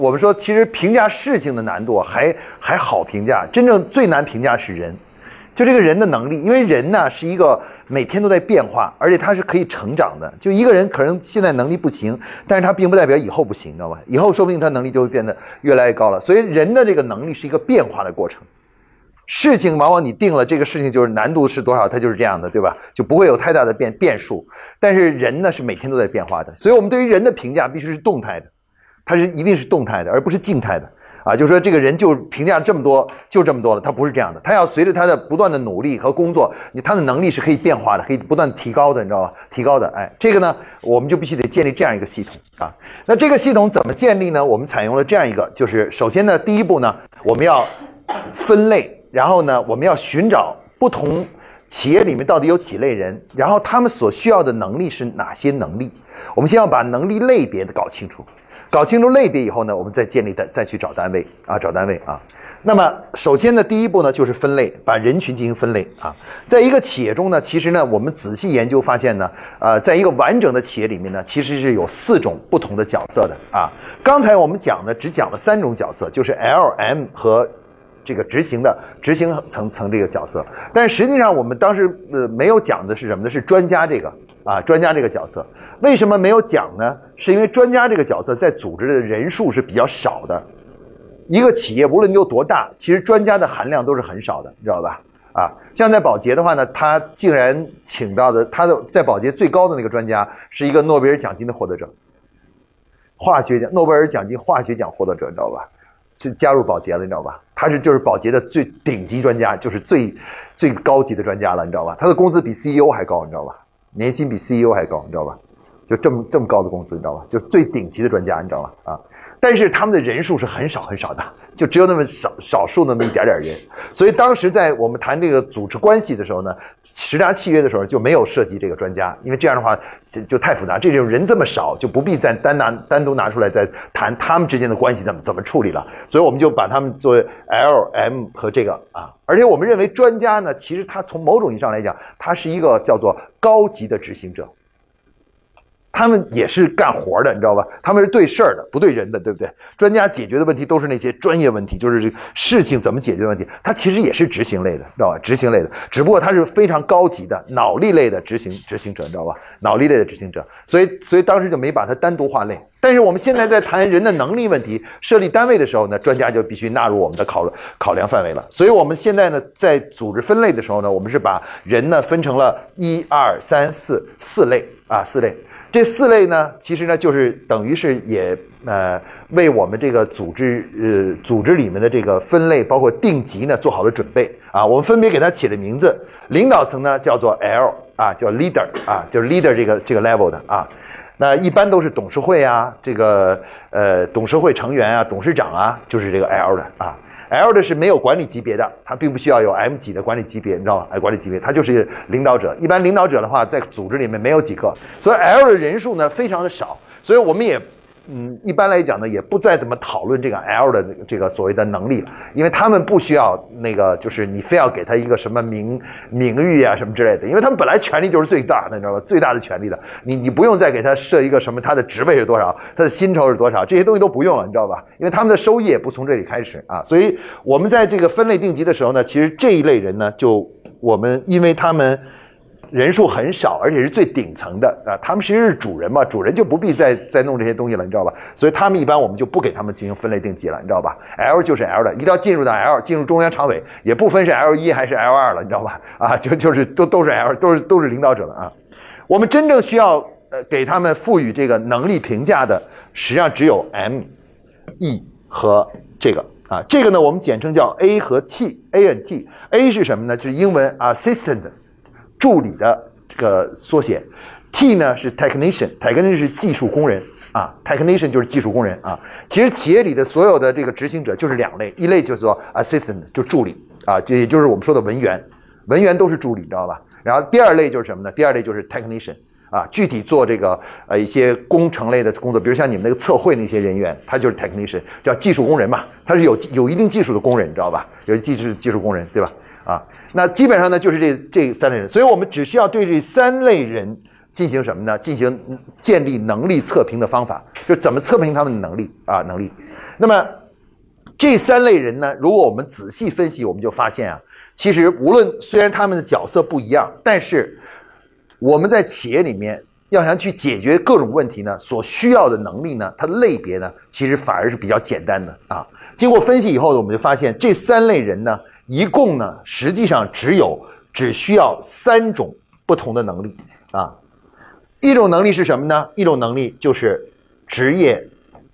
我们说，其实评价事情的难度还好评价，真正最难评价是人，就这个人的能力，因为人呢是一个每天都在变化，而且他是可以成长的。就一个人可能现在能力不行，但是他并不代表以后不行，知道吧？以后说不定他能力就会变得越来越高了。所以人的这个能力是一个变化的过程。事情往往你定了这个事情就是难度是多少，它就是这样的，对吧？就不会有太大的变数。但是人呢是每天都在变化的，所以我们对于人的评价必须是动态的。它是一定是动态的，而不是静态的啊！就是说这个人就评价这么多，就这么多了，他不是这样的，他要随着他的不断的努力和工作，他的能力是可以变化的，可以不断提高的，你知道吧？提高的，哎，这个呢，我们就必须得建立这样一个系统啊。那这个系统怎么建立呢？我们采用了这样一个，就是首先呢，第一步呢，我们要分类，然后呢，我们要寻找不同企业里面到底有几类人，然后他们所需要的能力是哪些能力？我们先要把能力类别的搞清楚。搞清楚类别以后呢，我们再建立再去找单位啊，找单位啊。那么首先呢，第一步呢就是分类，把人群进行分类啊。在一个企业中呢，其实呢，我们仔细研究发现呢，在一个完整的企业里面呢，其实是有4种不同的角色的啊。刚才我们只讲了3种角色，就是 L、M 和这个执行层这个角色。但实际上我们当时没有讲的是什么呢？是专家这个。专家这个角色为什么没有讲呢？是因为专家这个角色在组织的人数是比较少的。一个企业无论你有多大，其实专家的含量都是很少的，你知道吧？像在宝洁的话呢，他竟然请到的在宝洁最高的那个专家是一个诺贝尔奖金的获得者，诺贝尔奖金化学奖获得者，你知道吧？是加入宝洁了，你知道吧？他就是宝洁的最顶级专家，就是最高级的专家了，你知道吧？他的工资比 CEO 还高，你知道吧？年薪比 CEO 还高，你知道吧？就这么高的工资，你知道吧？就最顶级的专家，你知道吧？但是他们的人数是很少的，就只有那么少数那么一点人。所以当时在我们谈这个组织关系的时候呢，10大契约的时候就没有涉及这个专家，因为这样的话就太复杂，这种人这么少，就不必再单独拿出来再谈他们之间的关系怎么处理了。所以我们就把他们作为 L、M 和这个啊。而且我们认为专家呢，其实他从某种意义上来讲，他是一个叫做高级的执行者。他们也是干活的，你知道吧？他们是对事儿的，不对人的，对不对？专家解决的问题都是那些专业问题，就是这个事情怎么解决的问题。他其实也是执行类的，知道吧？执行类的，只不过他是非常高级的脑力类的执行者，你知道吧？脑力类的执行者，所以当时就没把它单独划类。但是我们现在在谈人的能力问题，设立单位的时候呢，专家就必须纳入我们的考量范围了。所以我们现在呢，在组织分类的时候呢，我们是把人呢分成了1、2、3、4类啊，4类。这4类呢，其实呢就是等于是也为我们这个组织里面的这个分类包括定级呢做好了准备啊。我们分别给它起了名字，领导层呢叫做 L 啊，叫 leader 啊，就是 leader 这个 level 的啊。那一般都是董事会啊，这个董事会成员啊，董事长啊，就是这个 L 的啊。L 的是没有管理级别的，它并不需要有 M 级的管理级别，你知道吗？管理级别，它就是领导者。一般领导者的话，在组织里面没有几个，所以 L 的人数呢非常的少，所以我们也一般来讲呢，也不再怎么讨论这个 L 的这个所谓的能力了，因为他们不需要那个，就是你非要给他一个什么名誉啊什么之类的，因为他们本来权力就是最大的，你知道吧？最大的权力的，你不用再给他设一个什么他的职位是多少，他的薪酬是多少，这些东西都不用了，你知道吧？因为他们的收益也不从这里开始啊，所以我们在这个分类定级的时候呢，其实这一类人呢，我们因为他们人数很少，而且是最顶层的啊，他们其实是主人嘛，主人就不必再弄这些东西了，你知道吧？所以他们一般我们就不给他们进行分类定级了，你知道吧 ？L 就是 L 的，一定要进入到 L， 进入中央常委，也不分是 L1 还是 L2 了，你知道吧？啊，就是都是 L， 都是领导者了啊。我们真正需要给他们赋予这个能力评价的，实际上只有 M、E 和这个啊，这个呢我们简称叫 A 和 T，A and T。A 是什么呢？就是英文 assistant。助理的这个缩写 ，T 呢是 technician 是技术工人啊 ，technician 就是技术工人啊。其实企业里的所有的这个执行者就是2类，一类就是说 assistant 就助理啊，也就是我们说的文员都是助理，知道吧？然后第2类就是什么呢？第2类就是 technician 啊，具体做这个一些工程类的工作，比如像你们那个测绘那些人员，他就是 technician， 叫技术工人嘛，他是有一定技术的工人，你知道吧？有技术工人，对吧？啊，那基本上呢就是这3类人，所以我们只需要对这3类人进行什么呢？进行建立能力测评的方法，就怎么测评他们的能力。那么这3类人呢，如果我们仔细分析，我们就发现啊，其实无论虽然他们的角色不一样，但是我们在企业里面要想去解决各种问题呢，所需要的能力呢，它的类别呢，其实反而是比较简单的啊。经过分析以后，我们就发现这3类人呢，一共呢，实际上只需要3种不同的能力啊。一种能力是什么呢？一种能力就是职业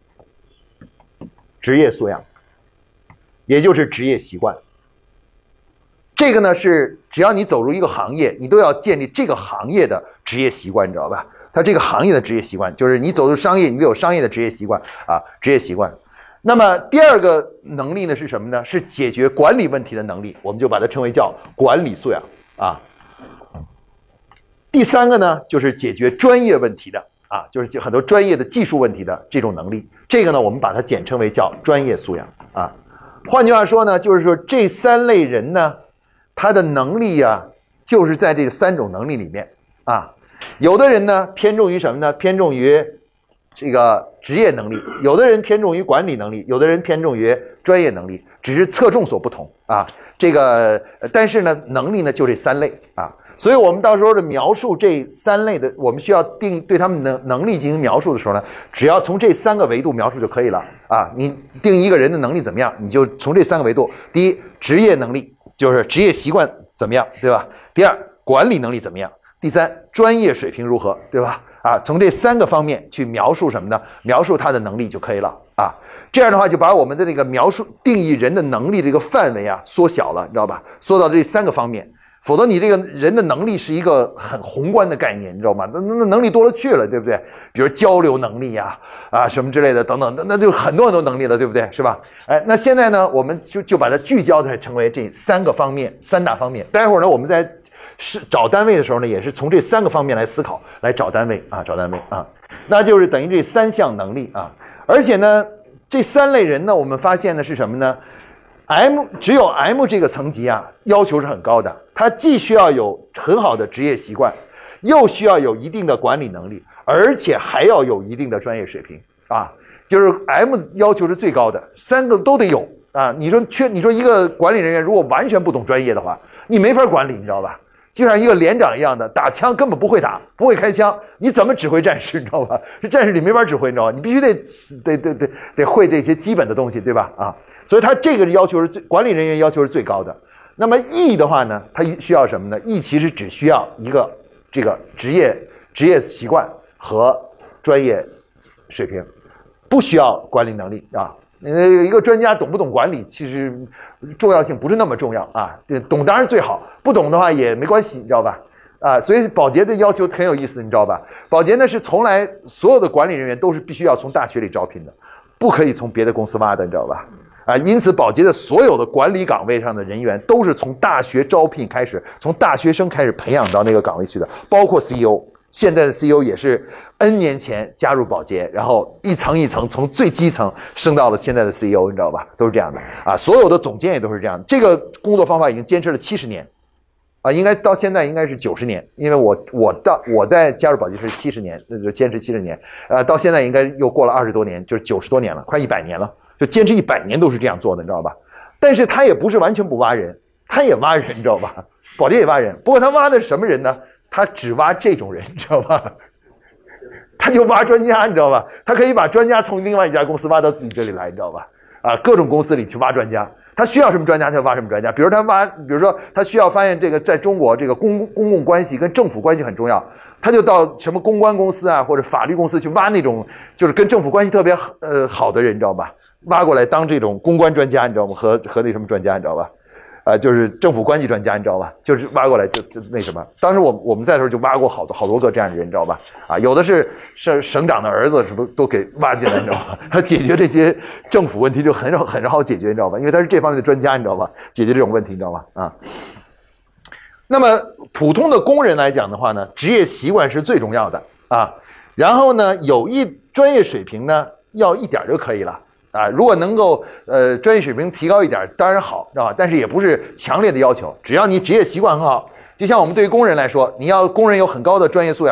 素养，也就是职业习惯。这个呢是只要你走入一个行业，你都要建立这个行业的职业习惯，你知道吧？它这个行业的职业习惯，就是你走入商业，你得有商业的职业习惯啊，职业习惯。那么第2个能力呢是什么呢？是解决管理问题的能力，我们就把它称为叫管理素养啊。第3个呢就是解决专业问题的啊，就是很多专业的技术问题的这种能力，这个呢我们把它简称为叫专业素养啊。换句话说呢，就是说这3类人呢，他的能力啊，就是在这3种能力里面啊。有的人呢偏重于什么呢？偏重于这个职业能力，有的人偏重于管理能力，有的人偏重于专业能力，只是侧重所不同啊。这个但是呢，能力呢就这3类啊。所以我们到时候的描述这3类的，我们需要对他们的能力进行描述的时候呢，只要从这3个维度描述就可以了啊。你定义一个人的能力怎么样，你就从这3个维度：第一，职业能力，就是职业习惯怎么样，对吧？第2，管理能力怎么样？第3，专业水平如何，对吧？啊，从这3个方面去描述什么呢？描述他的能力就可以了啊。这样的话，就把我们的这个描述定义人的能力这个范围啊缩小了，你知道吧？缩到这3个方面。否则你这个人的能力是一个很宏观的概念，你知道吗？那能力多了去了，对不对？比如交流能力呀，什么之类的等等，那就很多能力了，对不对？是吧？哎，那现在呢，我们就把它聚焦的成为这3个方面，3大方面。待会儿呢，我们在找单位的时候呢，也是从这3个方面来思考，来找单位啊，那就是等于这3项能力啊。而且呢，这3类人呢，我们发现的是什么呢？只有 M 这个层级啊，要求是很高的。他既需要有很好的职业习惯，又需要有一定的管理能力，而且还要有一定的专业水平啊。就是 M 要求是最高的，3个都得有啊。你说一个管理人员如果完全不懂专业的话，你没法管理，你知道吧？就像一个连长一样的，打枪根本不会打，不会开枪，你怎么指挥战士，你知道吧？这战士你没法指挥，你知道吧？你必须得会这些基本的东西，对吧？啊。所以他这个要求是管理人员要求是最高的。那么 E 的话呢，他需要什么呢？ E 其实只需要一个这个职业习惯和专业水平，不需要管理能力啊。一个专家懂不懂管理，其实重要性不是那么重要啊。懂当然最好，不懂的话也没关系，你知道吧？啊，所以保洁的要求很有意思，你知道吧？保洁呢是从来所有的管理人员都是必须要从大学里招聘的，不可以从别的公司挖的，你知道吧？啊，因此保洁的所有的管理岗位上的人员都是从大学招聘开始，从大学生开始培养到那个岗位去的，包括 CEO。现在的 CEO 也是 N 年前加入保洁，然后一层一层从最基层升到了现在的 CEO， 你知道吧？都是这样的啊，所有的总监也都是这样。这个工作方法已经坚持了70年，啊，应该到现在应该是90年，因为我在加入保洁是70年，那就坚持70年，到现在应该又过了20多年，就是90多年了，快100年了。就坚持100年都是这样做的，你知道吧？但是他也不是完全不挖人，他也挖人，你知道吧？保洁也挖人，不过他挖的是什么人呢？他只挖这种人，你知道吧？他就挖专家，你知道吧？他可以把专家从另外一家公司挖到自己这里来，你知道吧？啊，各种公司里去挖专家，他需要什么专家他就挖什么专家。比如说他需要发现这个在中国这个公共关系跟政府关系很重要，他就到什么公关公司啊或者法律公司去挖那种就是跟政府关系特别好的人，你知道吧？挖过来当这种公关专家，你知道吗？和那什么专家，你知道吧？就是政府关系专家，你知道吧？就是挖过来就那什么。当时我们在的时候就挖过好多个这样的人，你知道吧？啊，有的是省长的儿子，什么都给挖进来，你知道吧？他解决这些政府问题就很好解决，你知道吧？因为他是这方面的专家，你知道吧？解决这种问题，你知道吧？啊。那么普通的工人来讲的话呢，职业习惯是最重要的啊。然后呢，有专业水平呢，要1点就可以了。啊，如果能够专业水平提高一点，当然好，知道吧？但是也不是强烈的要求，只要你职业习惯很好。就像我们对于工人来说，你要工人有很高的专业素养吗？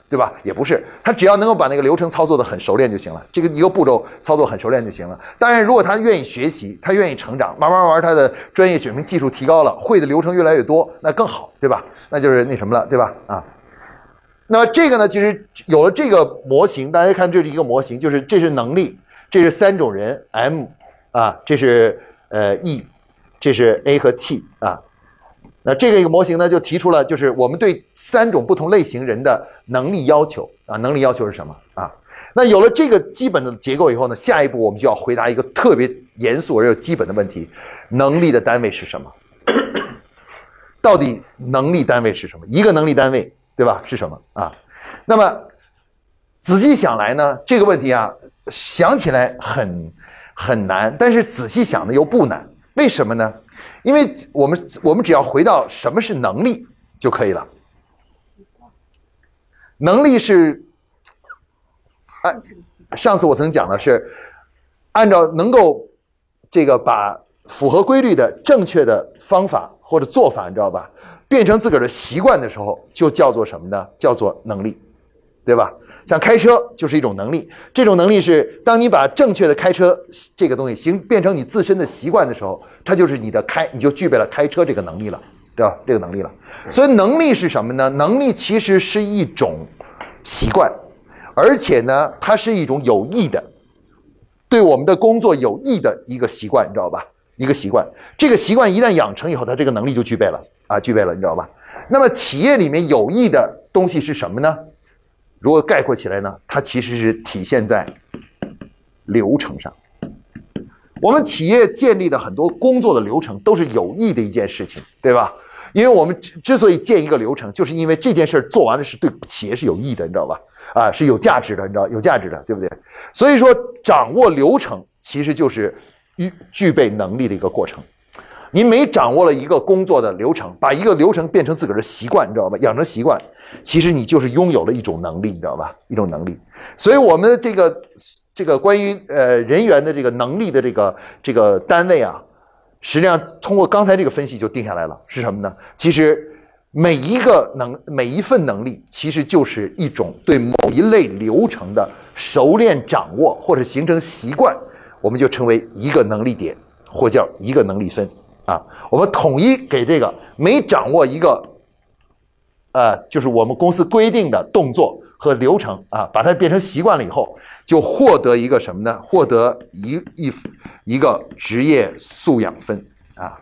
对吧？也不是，他只要能够把那个流程操作的很熟练就行了，这个一个步骤操作很熟练就行了。当然，如果他愿意学习，他愿意成长，慢慢他的专业水平、技术提高了，会的流程越来越多，那更好，对吧？那就是那什么了，对吧？啊，那这个呢，其实有了这个模型，大家看这是一个模型，就是这是能力，这是3种人 M 啊，这是E， 这是 A 和 T 啊。那这个一个模型呢，就提出了就是我们对3种不同类型人的能力要求啊，能力要求是什么啊？那有了这个基本的结构以后呢，下一步我们就要回答一个特别严肃而又基本的问题：能力的单位是什么？到底能力单位是什么？一个能力单位，对吧？是什么啊？那么仔细想来呢，这个问题啊，想起来很难，但是仔细想呢又不难，为什么呢？因为我们只要回到什么是能力就可以了。能力是，上次我曾讲的是，按照能够这个把符合规律的正确的方法或者做法，你知道吧，变成自个儿的习惯的时候，就叫做什么呢？叫做能力，对吧？像开车就是一种能力，这种能力是当你把正确的开车这个东西变成你自身的习惯的时候，它就是你就具备了开车这个能力了，对吧？这个能力了。所以能力是什么呢？能力其实是一种习惯，而且呢，它是一种有益的，对我们的工作有益的一个习惯，你知道吧？一个习惯，这个习惯一旦养成以后，它这个能力就具备了啊，具备了，你知道吧？那么企业里面有益的东西是什么呢？如果概括起来呢，它其实是体现在流程上。我们企业建立的很多工作的流程都是有益的一件事情，对吧？因为我们之所以建一个流程，就是因为这件事做完了是对企业是有益的，你知道吧？啊，是有价值的，你知道，有价值的，对不对？所以说，掌握流程其实就是具备能力的一个过程。你每掌握了一个工作的流程，把一个流程变成自个儿的习惯，你知道吧？养成习惯，其实你就是拥有了一种能力，你知道吧？一种能力。所以我们这个关于人员的这个能力的这个单位啊，实际上通过刚才这个分析就定下来了，是什么呢？其实每一份能力，其实就是一种对某一类流程的熟练掌握或者形成习惯，我们就称为一个能力点，或叫一个能力分。啊，我们统一给这个每掌握一个，就是我们公司规定的动作和流程啊，把它变成习惯了以后，就获得一个什么呢？获得一个职业素养分啊。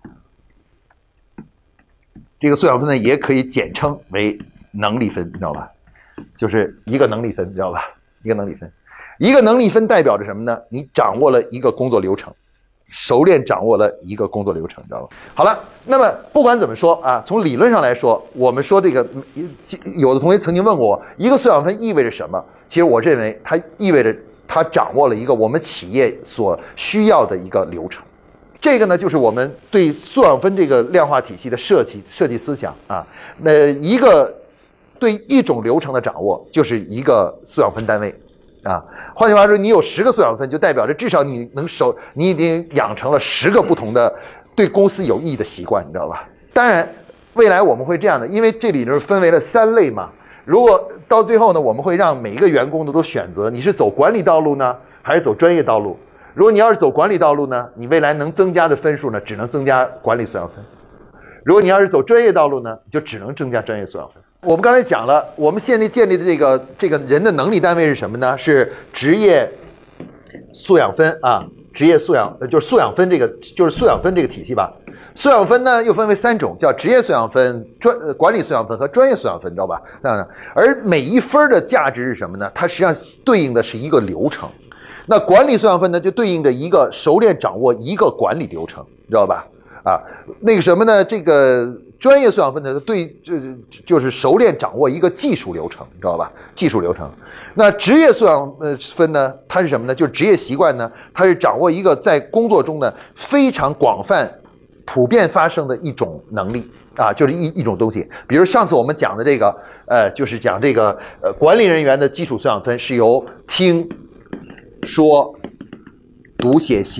这个素养分呢，也可以简称为能力分，你知道吧？就是一个能力分，你知道吧？一个能力分，一个能力分代表着什么呢？你掌握了一个工作流程。熟练掌握了一个工作流程，你知道吧？好了，那么不管怎么说啊，从理论上来说，我们说这个，有的同学曾经问过我，一个素养分意味着什么？其实我认为它意味着他掌握了一个我们企业所需要的一个流程。这个呢，就是我们对素养分这个量化体系的设计思想啊。那一个对一种流程的掌握，就是一个素养分单位。啊，换句话说，你有10个素养分，就代表着至少你已经养成了10个不同的对公司有益的习惯，你知道吧？当然，未来我们会这样的，因为这里呢分为了3类嘛。如果到最后呢，我们会让每一个员工都选择你是走管理道路呢，还是走专业道路。如果你要是走管理道路呢，你未来能增加的分数呢，只能增加管理素养分；如果你要是走专业道路呢，就只能增加专业素养分。我们刚才讲了，我们现在建立的这个人的能力单位是什么呢？是职业素养分啊，职业素养就是素养分就是素养分这个体系吧。素养分呢又分为3种，叫职业素养分、管理素养分和专业素养分，你知道吧？而每一分的价值是什么呢？它实际上对应的是一个流程。那管理素养分呢，就对应着一个熟练掌握一个管理流程，你知道吧？啊，那个什么呢？这个专业素养分呢，就是熟练掌握一个技术流程，你知道吧？技术流程。那职业素养分呢，它是什么呢？就是职业习惯呢，它是掌握一个在工作中呢非常广泛、普遍发生的一种能力啊，就是一种东西。比如上次我们讲的这个，就是讲这个管理人员的基础素养分是由听、说、读、写、行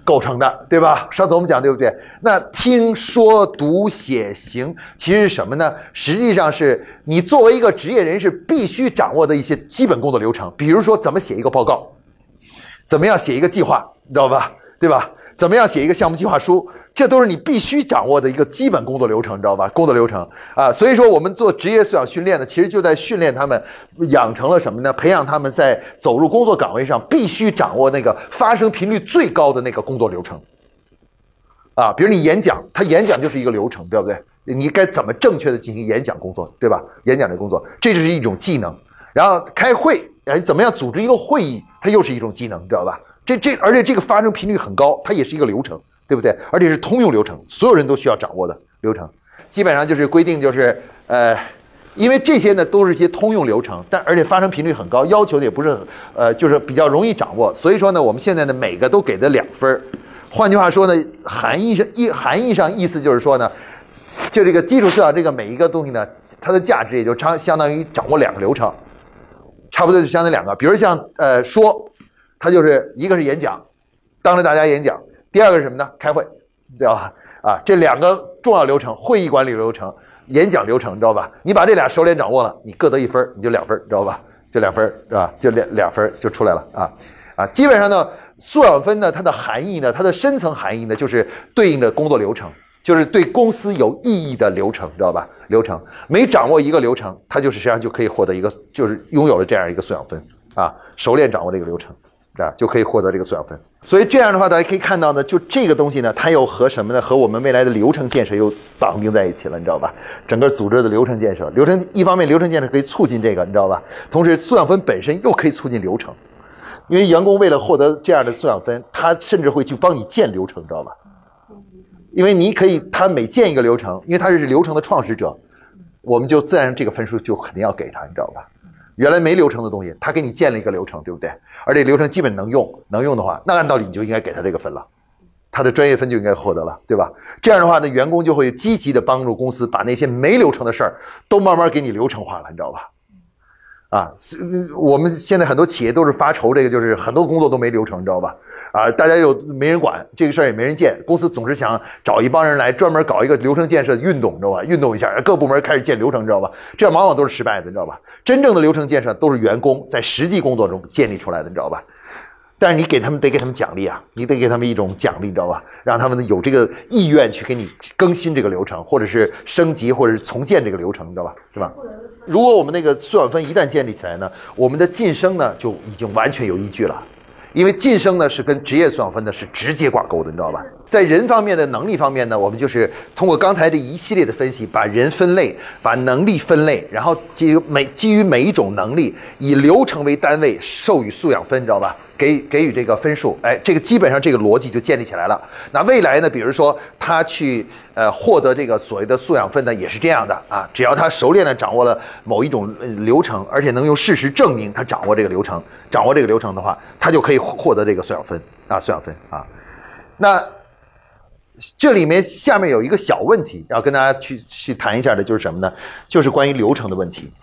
构成的，对吧？上次我们讲对不对？那听说读写行其实是什么呢？实际上是你作为一个职业人士必须掌握的一些基本工作流程，比如说怎么写一个报告，怎么样写一个计划，你知道吧？对吧？怎么样写一个项目计划书，这都是你必须掌握的一个基本工作流程，你知道吧？工作流程啊，所以说我们做职业素养训练呢，其实就在训练他们，养成了什么呢？培养他们在走入工作岗位上必须掌握那个发生频率最高的那个工作流程。啊，比如你演讲，它演讲就是一个流程，对不对？你该怎么正确的进行演讲工作，对吧？演讲的工作，这就是一种技能。然后开会，怎么样组织一个会议，它又是一种技能，知道吧？而且这个发生频率很高，它也是一个流程，对不对？而且是通用流程，所有人都需要掌握的流程。基本上就是规定就是因为这些呢都是一些通用流程，但而且发生频率很高，要求的也不是就是比较容易掌握。所以说呢，我们现在呢每个都给的2分。换句话说呢，含义上意思就是说呢，就这个基础素养这个每一个东西呢，它的价值也就相当于掌握2个流程，差不多就相当于2个。比如像说，它就是一个是演讲，当着大家演讲；第二个是什么呢？开会，对吧？啊，这2个重要流程，会议管理流程、演讲流程，你知道吧？你把这俩熟练掌握了，你各得1分，你就2分，知道吧？就2分，是吧？就2分就出来了啊！基本上呢。素养分呢，它的含义呢，它的深层含义呢，就是对应的工作流程，就是对公司有意义的流程，知道吧？流程每掌握一个流程，它就是实际上就可以获得一个，就是拥有了这样一个素养分啊，熟练掌握这个流程啊，就可以获得这个素养分。所以这样的话，大家可以看到呢，就这个东西呢，它又和什么呢？和我们未来的流程建设又绑定在一起了，你知道吧？整个组织的流程建设，一方面流程建设可以促进这个，你知道吧？同时素养分本身又可以促进流程。因为员工为了获得这样的素养分，他甚至会去帮你建流程，知道吧？因为你可以，他每建一个流程，因为他是流程的创始者，我们就自然这个分数就肯定要给他，你知道吧？原来没流程的东西，他给你建了一个流程，对不对？而且流程基本能用的话，那按道理你就应该给他这个分了，他的专业分就应该获得了，对吧？这样的话呢，员工就会积极的帮助公司把那些没流程的事儿都慢慢给你流程化了，你知道吧？啊，我们现在很多企业都是发愁这个，就是很多工作都没流程，你知道吧？啊，大家又没人管这个事儿，也没人见，公司总是想找一帮人来专门搞一个流程建设运动，你知道吧？运动一下，各部门开始建流程，知道吧？这样往往都是失败的，你知道吧？真正的流程建设都是员工在实际工作中建立出来的，你知道吧？但是你得给他们奖励啊，你得给他们一种奖励，你知道吧？让他们有这个意愿去给你更新这个流程，或者是升级，或者是重建这个流程，你知道吧？是吧？如果我们那个素养分一旦建立起来呢，我们的晋升呢就已经完全有依据了，因为晋升呢是跟职业素养分呢是直接挂钩的，你知道吧？在人方面的能力方面呢，我们就是通过刚才这一系列的分析，把人分类，把能力分类，然后基于每一种能力，以流程为单位授予素养分，你知道吧？给予这个分数，哎，这个基本上这个逻辑就建立起来了。那未来呢，比如说他去获得这个所谓的素养分呢，也是这样的啊。只要他熟练的掌握了某一种流程，而且能用事实证明他掌握这个流程的话，他就可以获得这个素养分啊，素养分啊。那这里面下面有一个小问题要跟大家去谈一下的，就是什么呢？就是关于流程的问题。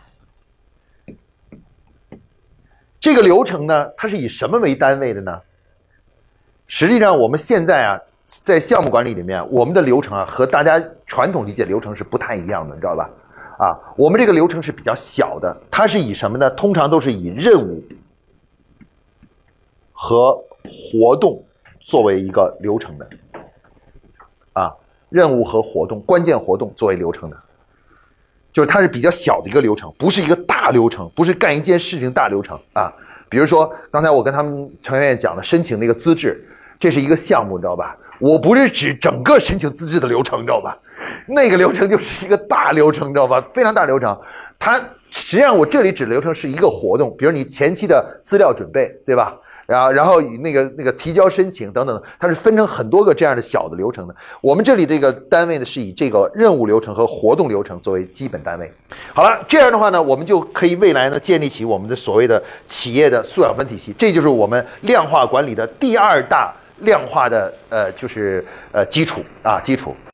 这个流程呢，它是以什么为单位的呢？实际上我们现在啊，在项目管理里面，我们的流程啊和大家传统理解流程是不太一样的，你知道吧？啊，我们这个流程是比较小的，它是以什么呢？通常都是以任务和活动作为一个流程的，啊，任务和活动，关键活动作为流程的。就是它是比较小的一个流程，不是一个大流程，不是干一件事情大流程啊。比如说刚才我跟他们成员讲了申请那个资质，这是一个项目，你知道吧？我不是指整个申请资质的流程，你知道吧？那个流程就是一个大流程，你知道吧？非常大流程。它实际上我这里指的流程是一个活动，比如你前期的资料准备，对吧？然后以那个提交申请等等，它是分成很多个这样的小的流程的。我们这里这个单位呢，是以这个任务流程和活动流程作为基本单位。好了，这样的话呢，我们就可以未来呢建立起我们的所谓的企业的素养分体系，这就是我们量化管理的第2大量化的基础啊基础。